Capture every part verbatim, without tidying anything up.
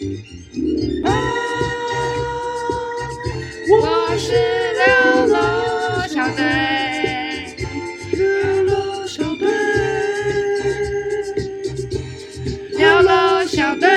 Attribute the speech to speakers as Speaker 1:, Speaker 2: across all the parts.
Speaker 1: 我是六楼小队，六楼小队，六楼小队。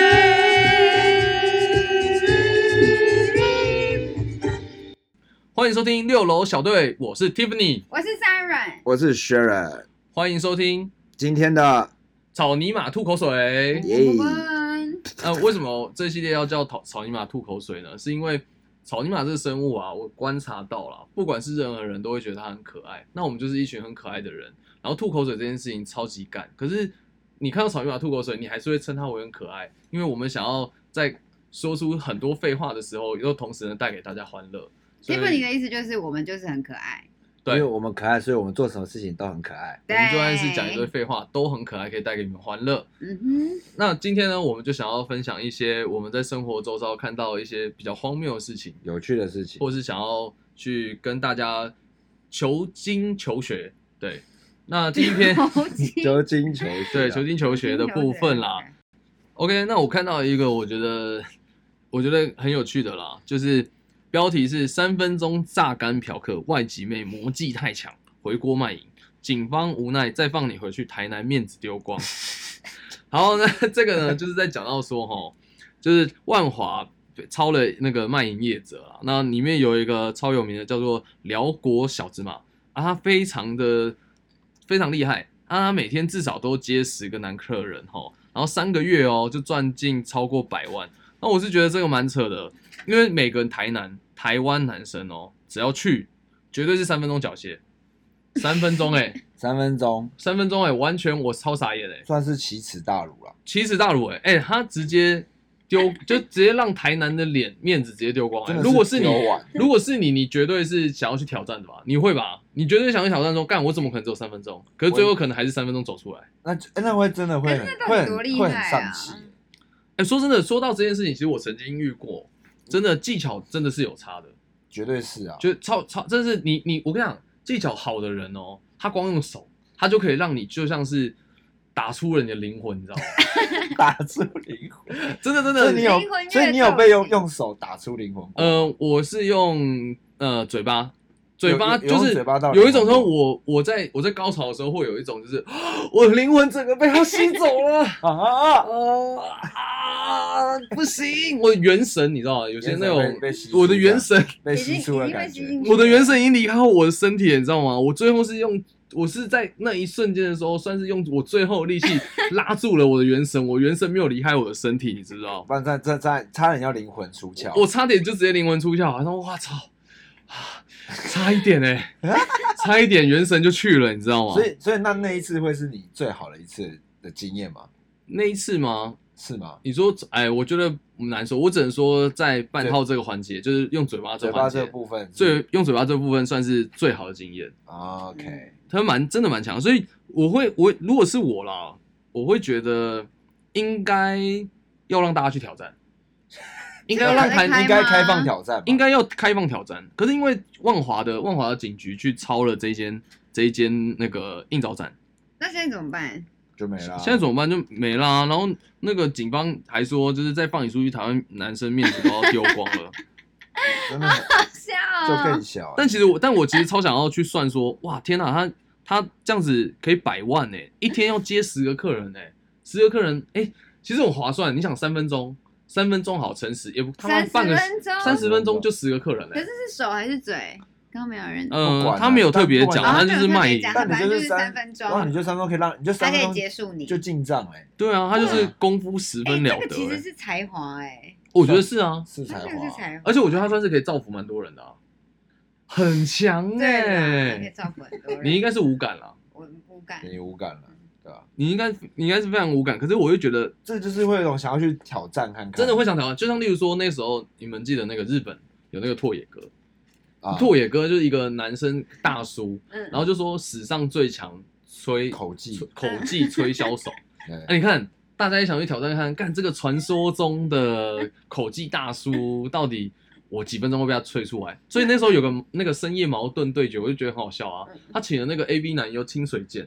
Speaker 2: 欢迎收听六楼小队，我是 Tiffany，
Speaker 1: 我是 Siren，
Speaker 3: 我是 Sharon，
Speaker 2: 欢迎收听
Speaker 3: 今天的
Speaker 2: 草泥马吐口水。
Speaker 3: 耶、
Speaker 2: 那、呃、为什么这系列要叫草草泥马吐口水呢？是因为草泥马这个生物啊，我观察到了，不管是任何人都会觉得它很可爱。那我们就是一群很可爱的人，然后吐口水这件事情超级干。可是你看到草泥马吐口水，你还是会称它为很可爱，因为我们想要在说出很多废话的时候，又同时能带给大家欢乐。
Speaker 1: Tiffany 的意思就是我们就是很可爱，
Speaker 3: 因为我们可爱，所以我们做什么事情都很可爱。
Speaker 2: 我们就算是讲一堆废话都很可爱，可以带给你们欢乐。
Speaker 1: 嗯哼。
Speaker 2: 那今天呢，我们就想要分享一些我们在生活周遭看到一些比较荒谬的事情，
Speaker 3: 有趣的事情，
Speaker 2: 或是想要去跟大家求精求学。对，那第一篇
Speaker 3: 求精求学，
Speaker 2: 对，求精求学的部分啦。OK， 那我看到一个我觉得我觉得很有趣的啦，就是标题是三分钟榨干嫖客，外籍妹魔技太强，回锅卖淫，警方无奈再放你回去，台南面子丢光。好，那这个呢，就是在讲到说齁，就是万华抄了那个卖淫业者啦，那里面有一个超有名的叫做辽国小芝麻啊，他非常的非常厉害啊，他每天至少都接十个男客人齁，然后三个月哦就赚进超过百万。那我是觉得这个蛮扯的，因为每个人台南台湾男生哦，只要去绝对是三分钟缴械，三分钟哎、欸，
Speaker 3: 三分钟，
Speaker 2: 三分钟哎、欸，完全我超傻眼哎、欸，
Speaker 3: 算是奇耻大辱了。
Speaker 2: 奇耻大辱哎、欸，哎、欸，他直接丢，就直接让台南的脸面子直接丢光哎、欸。如果是你，如果是你，你绝对是想要去挑战的吧？你会吧？你绝对想去挑战说，干我怎么可能只有三分钟？可是最后可能还是三分钟走出来。
Speaker 3: 那那会真的会很会很会很上气。
Speaker 2: 哎、欸，说真的，说到这件事情，其实我曾经遇过，真的技巧真的是有差的，
Speaker 3: 绝对是啊，
Speaker 2: 就超超，真的是你你我跟你讲，技巧好的人哦，他光用手，他就可以让你就像是打出了你的灵魂，你知道吗？
Speaker 3: 打出灵魂，
Speaker 2: 真的真的，
Speaker 3: 所以你有，所以你有被用用手打出灵魂过？
Speaker 2: 呃，我是用呃嘴巴。嘴巴就是
Speaker 3: 有, 有,
Speaker 2: 有一种说我我在我在高潮的时候会有一种就是我的灵魂整个被他吸走了啊啊！不行，我的元神你知道吗？有些那种我的元神
Speaker 3: 被吸出了感觉，
Speaker 2: 我的元神已经离开我的身体了，你知道吗？我最后是用我是在那一瞬间的时候，算是用我最后的力气拉住了我的元神，我元神没有离开我的身体，你知道？
Speaker 3: 不然在在在差点要灵魂出窍，
Speaker 2: 我差点就直接灵魂出窍，然后哇操！差一点哎、欸，差一点元神就去了，你知道吗？
Speaker 3: 所以，所以那那一次会是你最好的一次的经验吗？
Speaker 2: 那一次吗？
Speaker 3: 是吗？
Speaker 2: 你说，哎，我觉得难说，我只能说在半套这个环节，就是用嘴巴这个环节，
Speaker 3: 嘴巴这部分，
Speaker 2: 最用嘴巴这部分算是最好的经验。
Speaker 3: OK，
Speaker 2: 他蛮真的蛮强，所以我会，我如果是我啦，我会觉得应该要让大家去挑战。应该要让台
Speaker 3: 应该开放挑战，
Speaker 2: 应该要开放挑战。可是因为万华的万华的警局去抄了这一间这一间那个应召站，
Speaker 1: 那现在怎么办？
Speaker 3: 就没了。
Speaker 2: 现在怎么办？就没啦、啊。然后那个警方还说，就是再放你出去，台湾男生面子都要丢光了。
Speaker 3: 真的，
Speaker 1: 好笑、哦，
Speaker 3: 就更小。
Speaker 2: 但其实我，但我其实超想要去算说，哇，天哪，他他这样子可以百万哎、欸，一天要接十个客人哎、欸，十个客人哎、欸，其实很划算。你想三分钟。三分钟好乘十，也不他妈半个三十分钟就十个客人了、
Speaker 1: 欸。可是是手还是嘴？刚刚没有人。
Speaker 2: 嗯、呃，他没有特别讲，他就是卖淫。
Speaker 1: 但你就是三分钟，
Speaker 3: 然后你就三分钟可以让，你就三分钟
Speaker 1: 可以结束你，
Speaker 3: 就进账哎。
Speaker 2: 对啊，他就是功夫十分了得、欸。
Speaker 1: 欸、这个其实是才华哎、欸。
Speaker 2: 我觉得是啊，
Speaker 3: 是才华，
Speaker 2: 而且我觉得他算是可以造福蛮多人的、啊，很强哎、
Speaker 1: 欸，可以造福很多人。
Speaker 2: 你应该是无感啦，
Speaker 1: 我无感，
Speaker 3: 你无感了。
Speaker 2: 你应该你应该是非常无感，可是我就觉得
Speaker 3: 这就是会有一种想要去挑战看看，
Speaker 2: 真的会想挑战。就像例如说那时候你们记得那个日本有那个拓野哥，
Speaker 3: 啊、
Speaker 2: 拓野哥就是一个男生大叔，
Speaker 1: 嗯、
Speaker 2: 然后就说史上最强吹
Speaker 3: 口技
Speaker 2: 口技吹箫手。哎、啊，你看大家也想去挑战看，干这个传说中的口技大叔到底我几分钟会被他吹出来？所以那时候有个那个深夜矛盾对决，我就觉得很好笑啊。他请了那个 A V 男优清水健。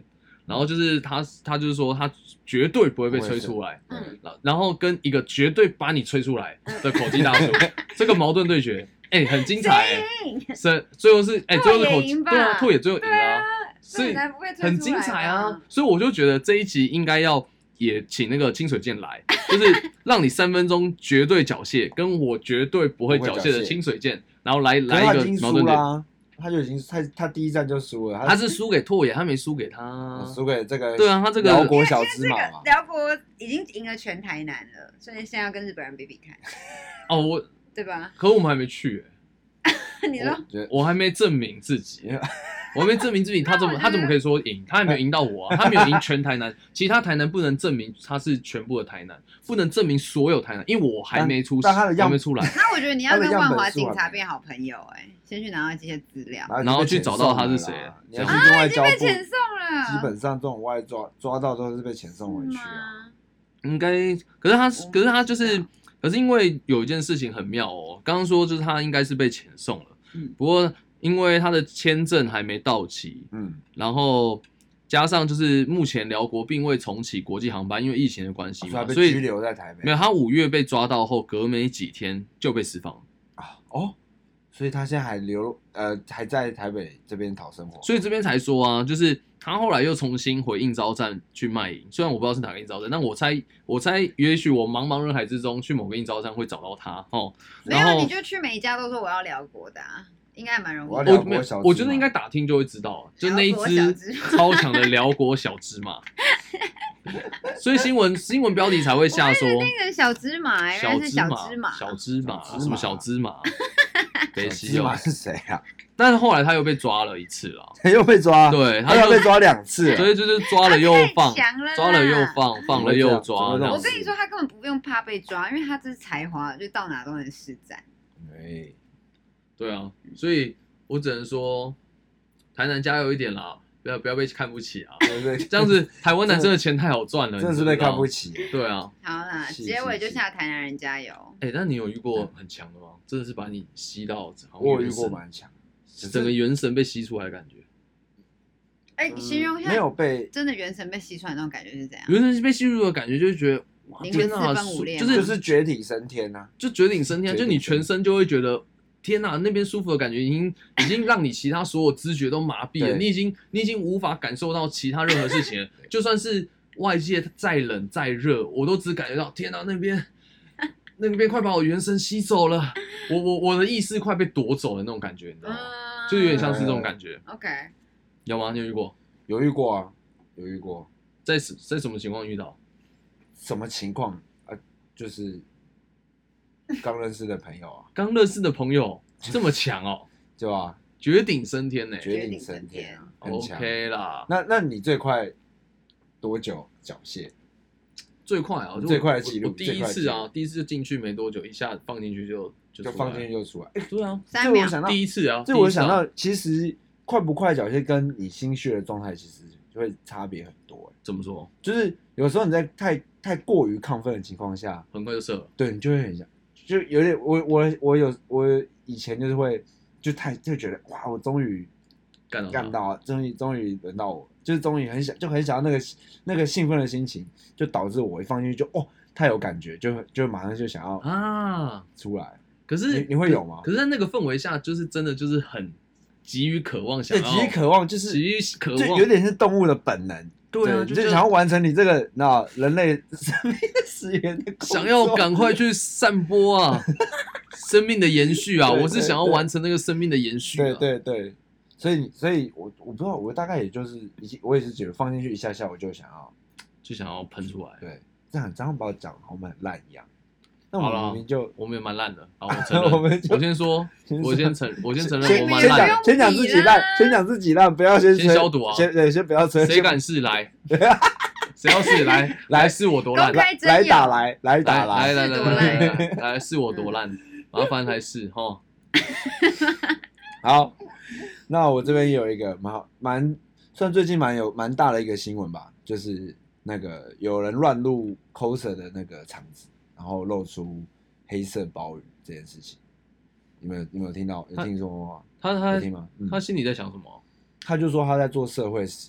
Speaker 2: 然后就是他他就是说他绝对不会被吹出来，
Speaker 1: 嗯
Speaker 2: 然后跟一个绝对把你吹出来的口技大叔，这个矛盾对决，哎、很精彩、欸，是最后是哎、最后是口
Speaker 1: 拓也赢吧
Speaker 2: 对啊，拓也最后赢了、
Speaker 1: 对啊，
Speaker 2: 所以
Speaker 1: 这才不会吹出来
Speaker 2: 很精彩啊
Speaker 1: 吧，
Speaker 2: 所以我就觉得这一集应该要也请那个清水健来，就是让你三分钟绝对缴械，跟我绝对不会缴械的清水健，然后来
Speaker 3: 可是
Speaker 2: 来一
Speaker 3: 他已经输
Speaker 2: 个矛盾点。
Speaker 3: 啦、啊，他就已经他他第一站就输了，
Speaker 2: 他是输给拓也，他没输给他。
Speaker 3: 输给这个
Speaker 2: 对啊，他这个
Speaker 3: 辽国小芝
Speaker 1: 这个
Speaker 3: 麻嘛。
Speaker 1: 辽国已经赢了全台南了，所以现在要跟日本人比比看，
Speaker 2: 哦，我
Speaker 1: 对吧？
Speaker 2: 可我们还没去、欸，
Speaker 1: 你说
Speaker 3: 我觉得
Speaker 2: 我还没证明自己，我还没证明自己，他怎么
Speaker 1: 那我觉得
Speaker 2: 他怎么可以说赢？他还没有赢到我啊，他没有赢全台南，其他台南不能证明他是全部的台南，不能证明所有台南，因为我还没出，
Speaker 3: 但但他的样
Speaker 2: 我还没出来，
Speaker 1: 那我觉得你要跟
Speaker 3: 他的样
Speaker 1: 万华
Speaker 3: 本数还没
Speaker 1: 警察变好朋友、哎，先去拿到这些资料。
Speaker 3: 然
Speaker 2: 然后去找到他是谁
Speaker 3: 啊？你要去
Speaker 2: 啊
Speaker 3: 另外交部，
Speaker 1: 被遣送了，
Speaker 3: 基本上这种外抓抓到都是被遣送回去啊。
Speaker 1: 吗？
Speaker 2: 应该，可是他
Speaker 1: 我
Speaker 2: 可是他就是
Speaker 1: 不知道，
Speaker 2: 可是因为有一件事情很妙哦，刚刚说就是他应该是被遣送了，
Speaker 1: 嗯
Speaker 2: 不过因为他的签证还没到期，
Speaker 3: 嗯，
Speaker 2: 然后加上就是目前辽国并未重启国际航班，因为疫情的关系嘛，所
Speaker 3: 所以他被拘
Speaker 2: 以
Speaker 3: 留在台北。
Speaker 2: 没有他五月被抓到后，隔没几天就被释放了，
Speaker 3: 啊哦，所以他现在还留呃还在台北这边讨生活。
Speaker 2: 所以这边才说啊，就是他后来又重新回应招站去卖淫，虽然我不知道是哪个应招站，但我猜我猜也许我茫茫人海之中去某个应招站会找到他哦，
Speaker 1: 没有，
Speaker 2: 然后
Speaker 1: 你就去每一家都说我要辽国的、啊，应该还蛮容易
Speaker 3: 我要
Speaker 1: 的。
Speaker 2: 我没有
Speaker 3: 辽国小芝麻
Speaker 2: 我觉得应该打听就会知道啊，就那一
Speaker 1: 辽国小
Speaker 2: 只
Speaker 1: 芝麻
Speaker 2: 超强的辽国小芝麻，所以新闻新闻标题才会下说
Speaker 1: 那个小芝麻、哎原来是小芝麻，
Speaker 2: 小芝麻
Speaker 3: 小芝麻
Speaker 2: 什么小芝麻，北西哦
Speaker 3: 小芝麻，是谁啊？
Speaker 2: 但是后来他又被抓了一次了，
Speaker 3: 又被抓，
Speaker 2: 对，他又
Speaker 3: 他又被抓两次了。
Speaker 2: 所以就是抓了又放
Speaker 1: 他太强了啦，
Speaker 2: 抓了又放，放了又抓，
Speaker 3: 怎么会这样
Speaker 2: 这样子
Speaker 1: 我跟你说，他根本不用怕被抓，因为他这是才华，就到哪都能施展。
Speaker 3: 对，
Speaker 2: 对啊，所以我只能说，台南加油一点啦，不要不要被看不起啊！
Speaker 3: 对对，
Speaker 2: 这样子台湾男生的钱太好赚了，
Speaker 3: 真的是被看不
Speaker 2: 起。
Speaker 3: 起。
Speaker 2: 对啊，
Speaker 1: 好啦，
Speaker 3: 是
Speaker 1: 结尾
Speaker 3: 是
Speaker 1: 就是下台南人加油。
Speaker 2: 哎、但你有遇过很强的吗？真的是把你吸到，好像
Speaker 3: 我有遇
Speaker 2: 元神
Speaker 3: 过蛮强，
Speaker 2: 整个元神被吸出来的感觉。
Speaker 1: 哎、
Speaker 3: 嗯
Speaker 1: 形容一下，
Speaker 3: 没有被，
Speaker 1: 真的元神被吸出来那种感觉是怎样？
Speaker 2: 元神被吸入的感觉，就是觉得哇，
Speaker 1: 灵魂
Speaker 2: 天哪，
Speaker 1: 四分五裂吗
Speaker 2: 就是
Speaker 3: 就是绝体升天呐。
Speaker 2: 就绝顶升天，就
Speaker 3: 绝顶
Speaker 2: 你全身就会觉得。天呐，那边舒服的感觉已经已经让你其他所有知觉都麻痹了，
Speaker 3: 对
Speaker 2: 你已经你已经无法感受到其他任何事情了。就算是外界再冷再热，我都只感觉到天呐，那边那边快把我元神吸走了，我我我的意识快被夺走了那种感觉，你知道吗？
Speaker 1: 嗯，
Speaker 2: 就有点像是这种感觉，
Speaker 1: OK，
Speaker 2: 有吗？你有遇过？
Speaker 3: 有遇过啊，有遇过。
Speaker 2: 在什在什么情况遇到？
Speaker 3: 什么情况啊？就是刚认识的朋友啊，
Speaker 2: 刚认识的朋友这么强哦，
Speaker 3: 就啊，
Speaker 2: 绝顶升天呢、
Speaker 3: 绝顶升天啊，很强。
Speaker 2: OK 啦，
Speaker 3: 那那你最快多久缴械？
Speaker 2: 最快啊，就
Speaker 3: 最快的记录
Speaker 2: 我我第一次
Speaker 3: 最快的记
Speaker 2: 啊，第一次就进去没多久，一下放进去就就
Speaker 3: 就
Speaker 2: 出来了
Speaker 3: 放进去就出来。哎，
Speaker 2: 对啊，
Speaker 1: 三秒
Speaker 3: 这我，想到，
Speaker 2: 第一次啊，
Speaker 3: 这我
Speaker 2: 第一次啊
Speaker 3: 想到，其实快不快缴械跟你心血的状态其实就会差别很多。
Speaker 2: 怎么说？
Speaker 3: 就是有时候你在太太过于亢奋的情况下，
Speaker 2: 很快就射了，
Speaker 3: 对你就会很想，就有点我我我有我以前就是会就太就觉得哇，我终于
Speaker 2: 干到他
Speaker 3: 干到了，终于终于轮到我，就是终于很想就很想要那个那个兴奋的心情，就导致我一放进去就哦太有感觉，就就马上就想要
Speaker 2: 啊。
Speaker 3: 出来。
Speaker 2: 可是
Speaker 3: 你你会有吗
Speaker 2: 可是，在那个氛围下，就是真的就是很急于渴望，想
Speaker 3: 对，
Speaker 2: 要
Speaker 3: 急于渴望就是
Speaker 2: 急于渴
Speaker 3: 就
Speaker 2: 望，
Speaker 3: 有点是动物的本能。
Speaker 2: 对啊，
Speaker 3: 就
Speaker 2: 就是
Speaker 3: 想要完成你这个那人类生命实验的工作，
Speaker 2: 想要赶快去散播啊，生命的延续啊！
Speaker 3: 对
Speaker 2: 我是想要完成那个生命的延续、啊。
Speaker 3: 对对对，所以所以我我不知道，我大概也就是一我也是觉得放进去一下下我就想要，
Speaker 2: 就想要喷出来。
Speaker 3: 对，这样这样把我讲好像我们很烂一样。那我
Speaker 2: 好了
Speaker 3: 们明明就
Speaker 2: 我们也蛮烂的。好，我承认。
Speaker 3: 我们就
Speaker 2: 我先说，
Speaker 3: 先
Speaker 2: 我先承，我先承认
Speaker 3: 先
Speaker 2: 我蛮
Speaker 3: 先
Speaker 2: 烂的。
Speaker 3: 讲先讲自己烂，先讲自己烂，不要先
Speaker 2: 先消毒啊
Speaker 3: 先对，先不要吹，
Speaker 2: 谁敢试来？谁要试来来试我多烂？
Speaker 1: 公开
Speaker 3: 来来
Speaker 1: 真有
Speaker 3: 打来来打
Speaker 2: 来来来来
Speaker 1: 是多
Speaker 2: 来
Speaker 1: 烂
Speaker 2: 来来试我多烂？麻烦来试哈。
Speaker 3: 好，那我这边有一个蛮好蛮算最近蛮有蛮大的一个新闻吧，就是那个有人乱入 coser 的那个场子，然后露出黑色鲍鱼这件事情，你们有你们有听到有
Speaker 2: 他
Speaker 3: 听说吗？
Speaker 2: 他他
Speaker 3: 有听吗？嗯
Speaker 2: 他心里在想什么？
Speaker 3: 他就说他在做社会实验，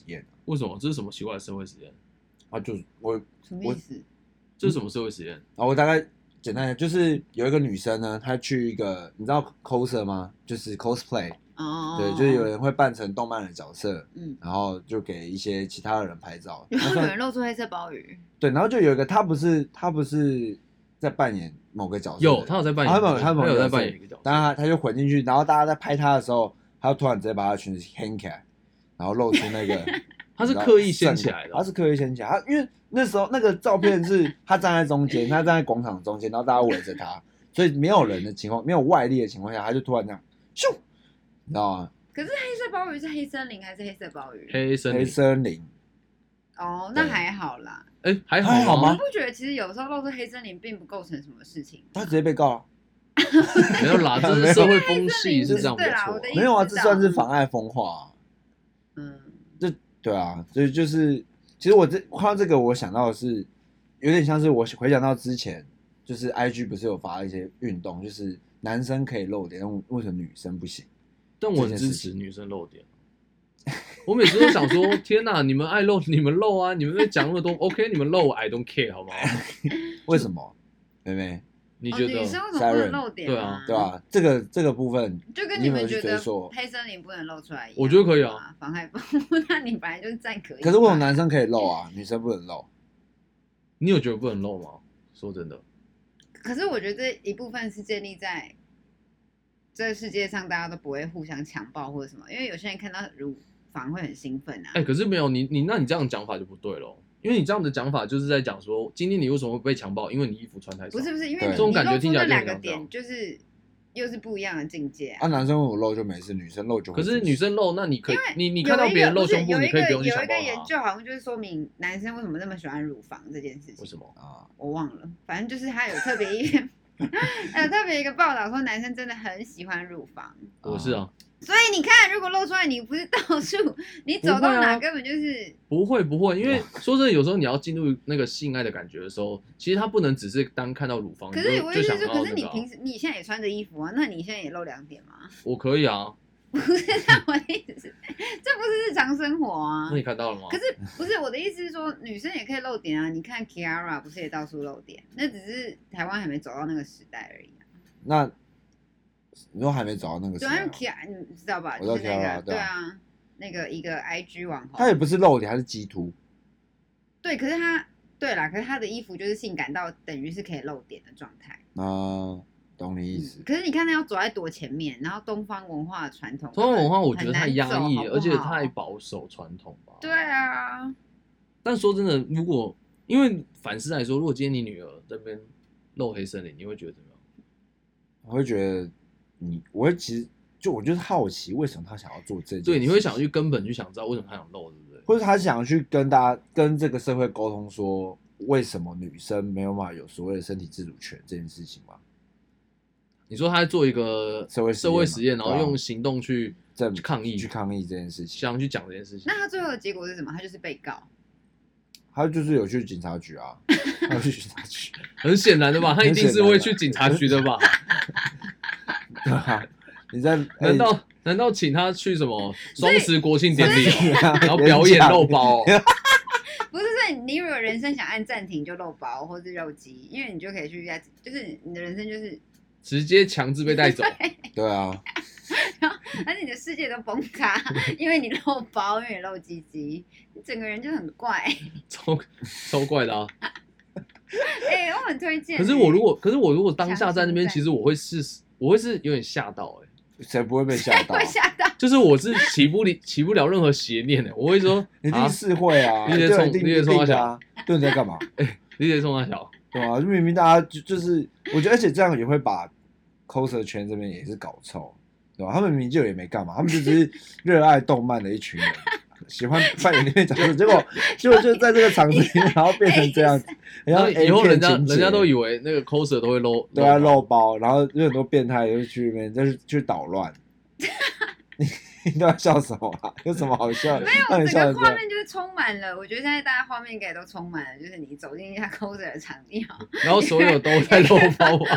Speaker 2: 为什么？这是什么奇怪的社会实验？
Speaker 3: 啊，就我
Speaker 1: 什么意思？
Speaker 2: 这是什么社会实验？
Speaker 3: 啊，我大概简单的就是有一个女生呢，她去一个你知道 coser 吗？就是 cosplay，
Speaker 1: 哦，
Speaker 3: 对，就是有人会扮成动漫的角色，
Speaker 1: 嗯，
Speaker 3: 然后就给一些其他的人拍照。
Speaker 1: 然后有人露出黑色鲍鱼，
Speaker 3: 对，然后就有一个他不是他不是在扮演某个角色，
Speaker 2: 有，他有在扮演，
Speaker 3: 他有他
Speaker 2: 有在扮演一个角色，
Speaker 3: 但他他就混进去，然后大家在拍他的时候，他就突然直接把他裙子掀起来，然后露出那个。
Speaker 2: 他是刻意掀起来的，
Speaker 3: 他是刻意掀起来，他因为那时候那个照片是他站在中间，他站在广场中间，然后大家围着他，所以没有人的情况，没有外力的情况下，他就突然这样咻，你知道吗？
Speaker 1: 可是黑色鲍鱼是黑森林还是黑色鲍鱼？
Speaker 2: 黑森林，
Speaker 3: 黑森林。
Speaker 1: 哦，那还好啦。
Speaker 2: 哎、欸，还好
Speaker 3: 还好吗？
Speaker 1: 你不觉得其实有时候露出黑森林并不构成什么事情？
Speaker 3: 他直接被告了。
Speaker 2: 没有啦，这是社会风气是这样没错。
Speaker 3: 没有啊，这算是妨碍风化、啊。
Speaker 1: 嗯，
Speaker 3: 这对啊，所以就是其实我这看到这个，我想到的是有点像是我回想到之前，就是 I G 不是有发一些运动，就是男生可以露点，为什么女生不行？
Speaker 2: 但我很支持女生露点。我每次都想说，天哪，你们爱露你们露啊，你们讲那么多 ，OK， 你们露 I don't care 好不好？
Speaker 3: 为什么？妹妹，
Speaker 2: 你觉得？
Speaker 1: 哦、女生为什么不能露点、啊？
Speaker 2: 对啊，
Speaker 3: 对啊，这个这个部分，
Speaker 1: 就跟你们觉得黑森林不能露出来一样。
Speaker 2: 我觉得可以啊，
Speaker 1: 妨害风，那你本来就是站可以。
Speaker 3: 可是为什么男生可以露啊，女生不能露？
Speaker 2: 你有觉得不能露吗？说真的。
Speaker 1: 可是我觉得这一部分是建立在这个世界上大家都不会互相强暴或者什么，因为有些人看到乳房会很兴奋啊。
Speaker 2: 哎、欸，可是没有你你那你这样讲法就不对了，因为你这样的讲法就是在讲说，今天你为什么会被强暴？因为你衣服穿太少。
Speaker 1: 不是不是，因为你
Speaker 2: 这种感觉听起来就
Speaker 1: 两个点就是又是不一样的境界啊。
Speaker 3: 啊，男生如果露就没事，女生露就会。
Speaker 2: 可是女生露，那你可以你你看到别人露胸部，你可以不用去强暴他。
Speaker 1: 有一个研究好像就是说明男生为什么那么喜欢乳房这件事情。
Speaker 2: 为什么
Speaker 3: 啊？
Speaker 1: 我忘了，反正就是他有特别一篇。有特别一个报道说，男生真的很喜欢乳房。
Speaker 2: 我是啊，
Speaker 1: 所以你看，如果露出来，你不是到处，你走到哪根本就是
Speaker 2: 不会不会，因为说真的，有时候你要进入那个性爱的感觉的时候，其实他不能只是单看到乳房。
Speaker 1: 可是我意思是，可是你
Speaker 2: 平
Speaker 1: 平时你现在也穿着衣服啊，那你现在也露两点吗？
Speaker 2: 我可以啊。
Speaker 1: 不是，那我的意思是，这不是日常生活啊。
Speaker 2: 那你看到了吗？
Speaker 1: 可是不是我的意思是说，女生也可以露点啊。你看 Kiara 不是也到处露点？那只是台湾还没走到那个时代而已、啊。
Speaker 3: 那你说还没找到那个时代、啊？
Speaker 1: 对，因为 Kiara 你知道吧？
Speaker 3: 我知道
Speaker 1: Kiara，、
Speaker 3: 就是、
Speaker 1: 对啊，那个一个 I G 网红。
Speaker 3: 他也不是露点，他是鸡突。
Speaker 1: 对，可是他对啦，可是他的衣服就是性感到等于是可以露点的状态。
Speaker 3: 啊、呃，懂你意思、
Speaker 1: 嗯。可是你看他要走在多前面，然后东方文化的传统，
Speaker 2: 东方文化我觉得太压抑了，
Speaker 1: 好好
Speaker 2: 而且太保守传统吧。
Speaker 1: 对啊。
Speaker 2: 但说真的，如果因为反思来说，如果今天你女儿在那边露黑森林，你会觉得怎么样？
Speaker 3: 我会觉得你，我会其实就我就是好奇，为什么他想要做这件事？
Speaker 2: 对，你会想去根本去想知道为什么他想露，对不对？
Speaker 3: 或者他想去跟大家、跟这个社会沟通说，为什么女生没有办法有所谓的身体自主权这件事情吗？
Speaker 2: 你说他在做一个
Speaker 3: 社会
Speaker 2: 社会实验，然后
Speaker 3: 啊
Speaker 2: 用行动去去抗议、
Speaker 3: 去抗议这件事情，
Speaker 2: 想去讲这件事情。
Speaker 1: 那他最后的结果是什么？他就是被告。
Speaker 3: 他就是有去警察局啊，他有去警察局，
Speaker 2: 很显然的吧？他一定是会去警察局的吧？
Speaker 3: 对啊，你在
Speaker 2: 难道、欸、难道请他去什么双十国庆典礼、喔，然后表演露包、喔？
Speaker 1: 不是，所以你如果人生想按暂停就露包或是肉鸡，因为你就可以去，就是你的人生就是
Speaker 2: 直接强制被带走。
Speaker 3: 对啊。
Speaker 1: 然后，而且你的世界都崩塌，因为你露包，因为你露鸡鸡，你整个人就很怪，
Speaker 2: 超超怪的啊！
Speaker 1: 哎、欸，我很推荐、欸。
Speaker 2: 可是我如果，可是我如果当下在那边，其实我会是，我会是有点吓到、欸，哎，
Speaker 3: 谁不会被吓到？
Speaker 1: 会吓到，
Speaker 2: 就是我是起不了起不了任何邪念的、欸，我会说，
Speaker 3: 一定是会啊，
Speaker 2: 你得冲，你得冲他小，
Speaker 3: 对，你在干嘛？
Speaker 2: 哎、欸，你得冲他小，
Speaker 3: 对啊，明明大家就就是，我觉得，而且这样也会把 coser 圈这边也是搞臭。对吧？他们明明就也没干嘛，他们就只是热爱动漫的一群人，喜欢扮演那边角色，结果结果就在这个场子里面，然后变成这样子，然后
Speaker 2: 以后人家人家都以为那个 coser 都会露，
Speaker 3: 都在露包，然后有很多变态就去那边，就是去捣乱。你都要笑什么啊？有什么好笑的？
Speaker 1: 没有，整个画面就是充满了。我觉得现在大家画面应该都充满了，就是你走进一家 coser 的场地，
Speaker 2: 然后所有都在露包啊。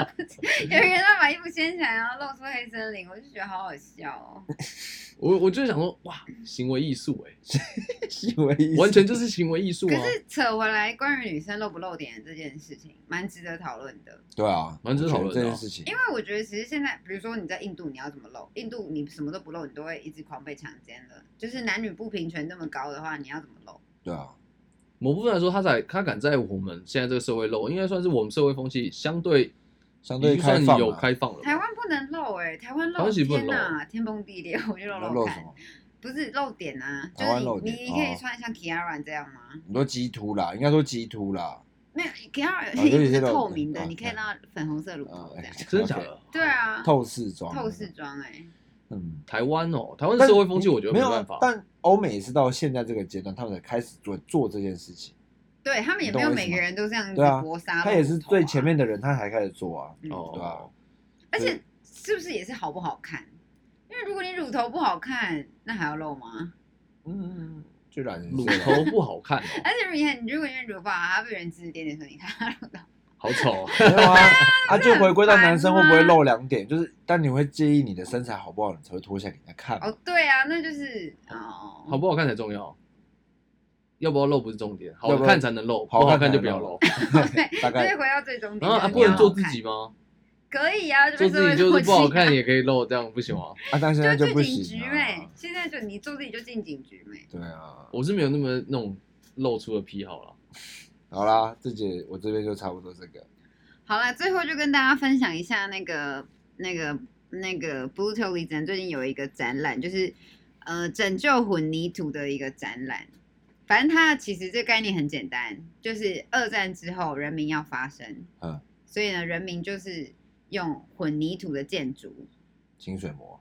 Speaker 1: 有人要把衣服掀起来，然后露出黑森林，我就觉得好好笑哦。
Speaker 2: 我我就想说，哇，行为艺术哎，
Speaker 3: 行为艺术
Speaker 2: 完全就是行为艺术啊。
Speaker 1: 可是扯回来，关于女生露不露点这件事情，蛮值得讨论的。
Speaker 3: 对啊，
Speaker 2: 蛮值得讨论的啊
Speaker 3: 这件事情，
Speaker 1: 因为我觉得其实现在，比如说你在印度，你要怎么露？印度你什么都不露，你都会一直狂被强奸了。就是男女不平权这么高的话，你要怎么露？
Speaker 3: 对啊，
Speaker 2: 某部分来说，他在他敢在我们现在这个社会露，应该算是我们社会风气相对
Speaker 3: 相对
Speaker 2: 已经算
Speaker 3: 开放啊
Speaker 2: 有开放了吧。
Speaker 1: 台湾不能露哎、欸，台湾露
Speaker 2: 台湾其实不能
Speaker 1: 天哪，天崩地裂，我就露露看。
Speaker 3: 要露什么？
Speaker 1: 不是露点啊，就
Speaker 3: 台湾
Speaker 1: 是
Speaker 3: 露点
Speaker 1: 你你你可以
Speaker 3: 哦
Speaker 1: 穿像 Kiara 这样吗？
Speaker 3: 很多鸡突啦，应该说鸡突啦，
Speaker 1: 没有 Kiara
Speaker 3: 哦有
Speaker 1: 衣服是
Speaker 3: 些露
Speaker 1: 透明的，
Speaker 3: 哦
Speaker 1: 你可以让它粉红色乳头这样。
Speaker 2: 真的假的？
Speaker 1: 对啊，
Speaker 3: 透视装，
Speaker 1: 透视装哎、
Speaker 3: 嗯，
Speaker 2: 台湾哦，台湾的社会风气我觉得
Speaker 3: 没有啊
Speaker 2: 办法。
Speaker 3: 但欧美是到现在这个阶段，他们才开始做做这件事情。
Speaker 1: 对他们也没有每个人都这样子
Speaker 3: 对啊
Speaker 1: 搏杀、
Speaker 3: 他也是最前面的人，他还开始做啊。
Speaker 1: 嗯
Speaker 2: 哦，
Speaker 3: 对啊
Speaker 1: 而且是不是也是好不好看？因为如果你乳头不好看，那还要露吗？
Speaker 3: 嗯，就染
Speaker 2: 乳
Speaker 3: 色
Speaker 2: 头不好看哦，
Speaker 1: 而且你看，如果因为乳头不好，他被人指指点点说，你看他乳头，
Speaker 2: 好丑。
Speaker 3: 没有啊，啊，就回归到男生会不会
Speaker 1: 很烦啊
Speaker 3: 露两点，就是但你会介意你的身材好不好，你才会脱下来给人家看嘛。
Speaker 1: 哦，对啊，那就是哦，
Speaker 2: 好不好看才重要，要不要露不是重点，好
Speaker 3: 要不要
Speaker 2: 看才能露，不
Speaker 3: 好看
Speaker 2: 好看就
Speaker 3: 才能露
Speaker 2: 不要露。
Speaker 1: 对，
Speaker 3: 大概
Speaker 1: 所以回到最终点，
Speaker 2: 然后啊，
Speaker 1: 就是
Speaker 2: 不能做
Speaker 1: 你要好看
Speaker 2: 自己吗？
Speaker 1: 可以啊，
Speaker 2: 做自己就是不好看也可以露，这样不行吗？
Speaker 3: 啊，但现在
Speaker 1: 就
Speaker 3: 就不
Speaker 1: 进警局
Speaker 3: 行
Speaker 1: 妹
Speaker 3: 啊。，
Speaker 1: 现在就你做自己就进警局妹。
Speaker 3: 对啊，
Speaker 2: 我是没有那么那种露出的癖好了。
Speaker 3: 好啦，这节我这边就差不多这个。
Speaker 1: 好了，最后就跟大家分享一下那个那个那个 Blue Tourism 最近有一个展览，就是呃拯救混凝土的一个展览。反正它其实这个概念很简单，就是二战之后人民要发声，
Speaker 3: 嗯，
Speaker 1: 所以呢人民就是用混凝土的建筑
Speaker 3: 清水模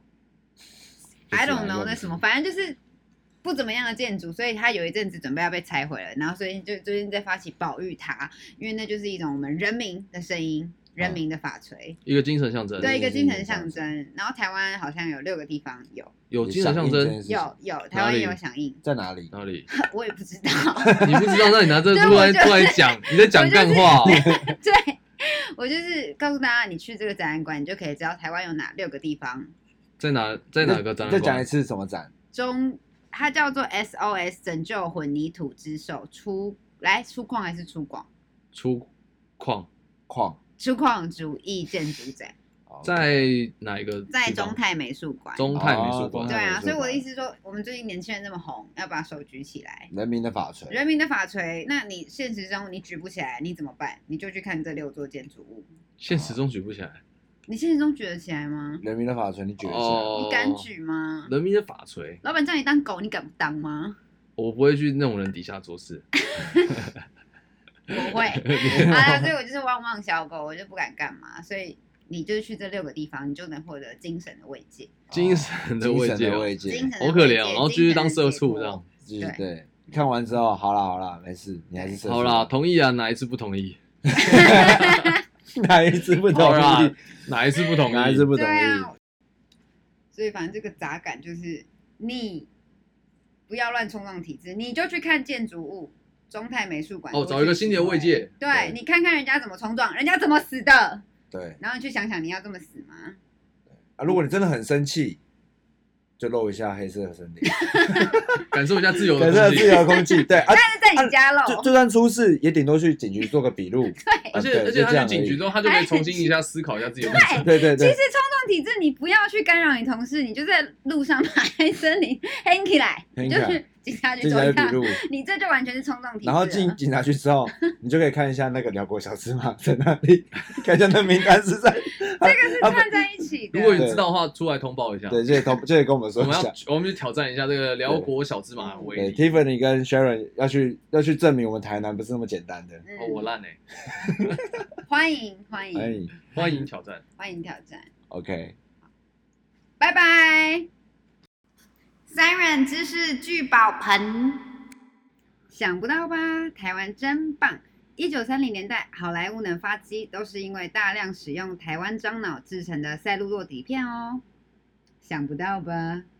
Speaker 1: ，I don't know 那什么，反正就是不怎么样的建筑，所以它有一阵子准备要被拆毁了，然后所以就最近在发起保育它，因为那就是一种我们人民的声音，人民的法锤。
Speaker 2: 一个精神象征，
Speaker 1: 对，一个精神象
Speaker 3: 精神
Speaker 1: 征。然后台湾好像有六个地方有，
Speaker 2: 有精神象征
Speaker 1: 有有，台湾也有响应，
Speaker 3: 在哪里？
Speaker 2: 哪里？
Speaker 1: 我也不知道。
Speaker 2: 你不知道，那你拿这个出来
Speaker 1: 对我就是
Speaker 2: 出来讲，你在讲干话哦。
Speaker 1: 对，我就是告诉大家，你去这个展览馆，你就可以知道台湾有哪六个地方。
Speaker 2: 在哪在哪个展览馆？
Speaker 3: 再讲一次什么展？
Speaker 1: 中，它叫做 S O S 拯救混凝土之手出来出矿还是出广？
Speaker 2: 出矿
Speaker 3: 矿
Speaker 1: 出矿主义建筑展，
Speaker 2: 在哪一个地方？
Speaker 1: 在中泰美术馆。
Speaker 2: 中泰美术馆
Speaker 3: 哦。
Speaker 1: 对啊，
Speaker 3: 中泰美术馆
Speaker 1: 所以我的意思是说，我们最近年轻人那么红，要把手举起来。
Speaker 3: 人民的法锤。
Speaker 1: 人民的法锤，那你现实中你举不起来，你怎么办？你就去看这六座建筑物。
Speaker 2: 现实中举不起来。
Speaker 1: 你现实中举得起来吗？
Speaker 3: 人民的法锤，你举得起来？
Speaker 2: 哦
Speaker 1: 你敢举吗？
Speaker 2: 人民的法锤，
Speaker 1: 老板叫你当狗，你敢不当吗？
Speaker 2: 我不会去那种人底下做事。
Speaker 1: 不会。好啦，所以我就是汪汪小狗，我就不敢干嘛。所以你就是去这六个地方，你就能获得精神的慰藉。
Speaker 2: 精神的慰
Speaker 3: 精神
Speaker 2: 藉哦，
Speaker 3: 的慰藉，
Speaker 1: 精神的
Speaker 2: 好可怜哦，
Speaker 1: 慰藉
Speaker 2: 然后继续当社畜这。样。
Speaker 3: 就是对。看完之后，好啦好啦，没事，你还是社畜
Speaker 2: 好啦，，同意啊，哪一次不同意？
Speaker 3: 哪一次不同
Speaker 2: 好啦
Speaker 3: 意？，
Speaker 2: 哪一次不同意？
Speaker 3: 哪一次不同
Speaker 1: 对啊
Speaker 3: 意？
Speaker 1: 所以反正这个杂感就是你不要乱冲撞体制，你就去看建筑物。中泰美术馆
Speaker 2: 哦，找一个心理的慰藉。
Speaker 1: 对
Speaker 3: 对
Speaker 1: 你看看人家怎么冲撞，人家怎么死的，
Speaker 3: 对
Speaker 1: 然后你去想想你要这么死吗？
Speaker 3: 啊，如果你真的很生气，就露一下黑色的森林，
Speaker 2: 感受一下自由的
Speaker 3: 感受自
Speaker 2: 空气。
Speaker 3: 由的空气。对啊，
Speaker 1: 但是在你家露，
Speaker 3: 就就算出事，也顶多去警局做个笔录。
Speaker 1: 对
Speaker 2: 而且
Speaker 3: 对
Speaker 2: 而且他
Speaker 3: 就这样而已
Speaker 2: 去警局之后，他就可以重新一下思考一下自己的人生。
Speaker 1: 对。
Speaker 3: 对对对
Speaker 1: 其实，冲撞体制，你不要去干扰你同事，你就在路上把黑森林 hang 起来，你就
Speaker 3: hang 起来
Speaker 1: 去警察局
Speaker 3: 警
Speaker 1: 走一趟，
Speaker 3: 察的笔录。
Speaker 1: 你这就完全是冲撞体制了。
Speaker 3: 然后进警察局之后，你就可以看一下那个辽国小芝麻在哪里，看一下那名单是在。这
Speaker 1: 这个是串在一起的。
Speaker 2: 如果你知道的话，出来通报一下。
Speaker 3: 对，这也同这也跟我们
Speaker 2: 我们
Speaker 3: 说一下
Speaker 2: 要。我们去挑战一下这个辽国小芝麻的威
Speaker 3: 对
Speaker 2: 力。
Speaker 3: ，Tiffany 跟 Sharon 要去要去证明我们台南不是那么简单的。
Speaker 1: 嗯
Speaker 2: 哦，我烂哎，
Speaker 1: 欢迎欢迎
Speaker 3: 哎
Speaker 2: 欢迎挑战。
Speaker 1: 欢迎挑战，
Speaker 3: ，OK，
Speaker 1: 拜拜。Siren 知识聚宝盆，想不到吧？台湾真棒！一九三零年代，好莱坞能发迹，都是因为大量使用台湾樟脑制成的赛璐珞底片哦。想不到吧？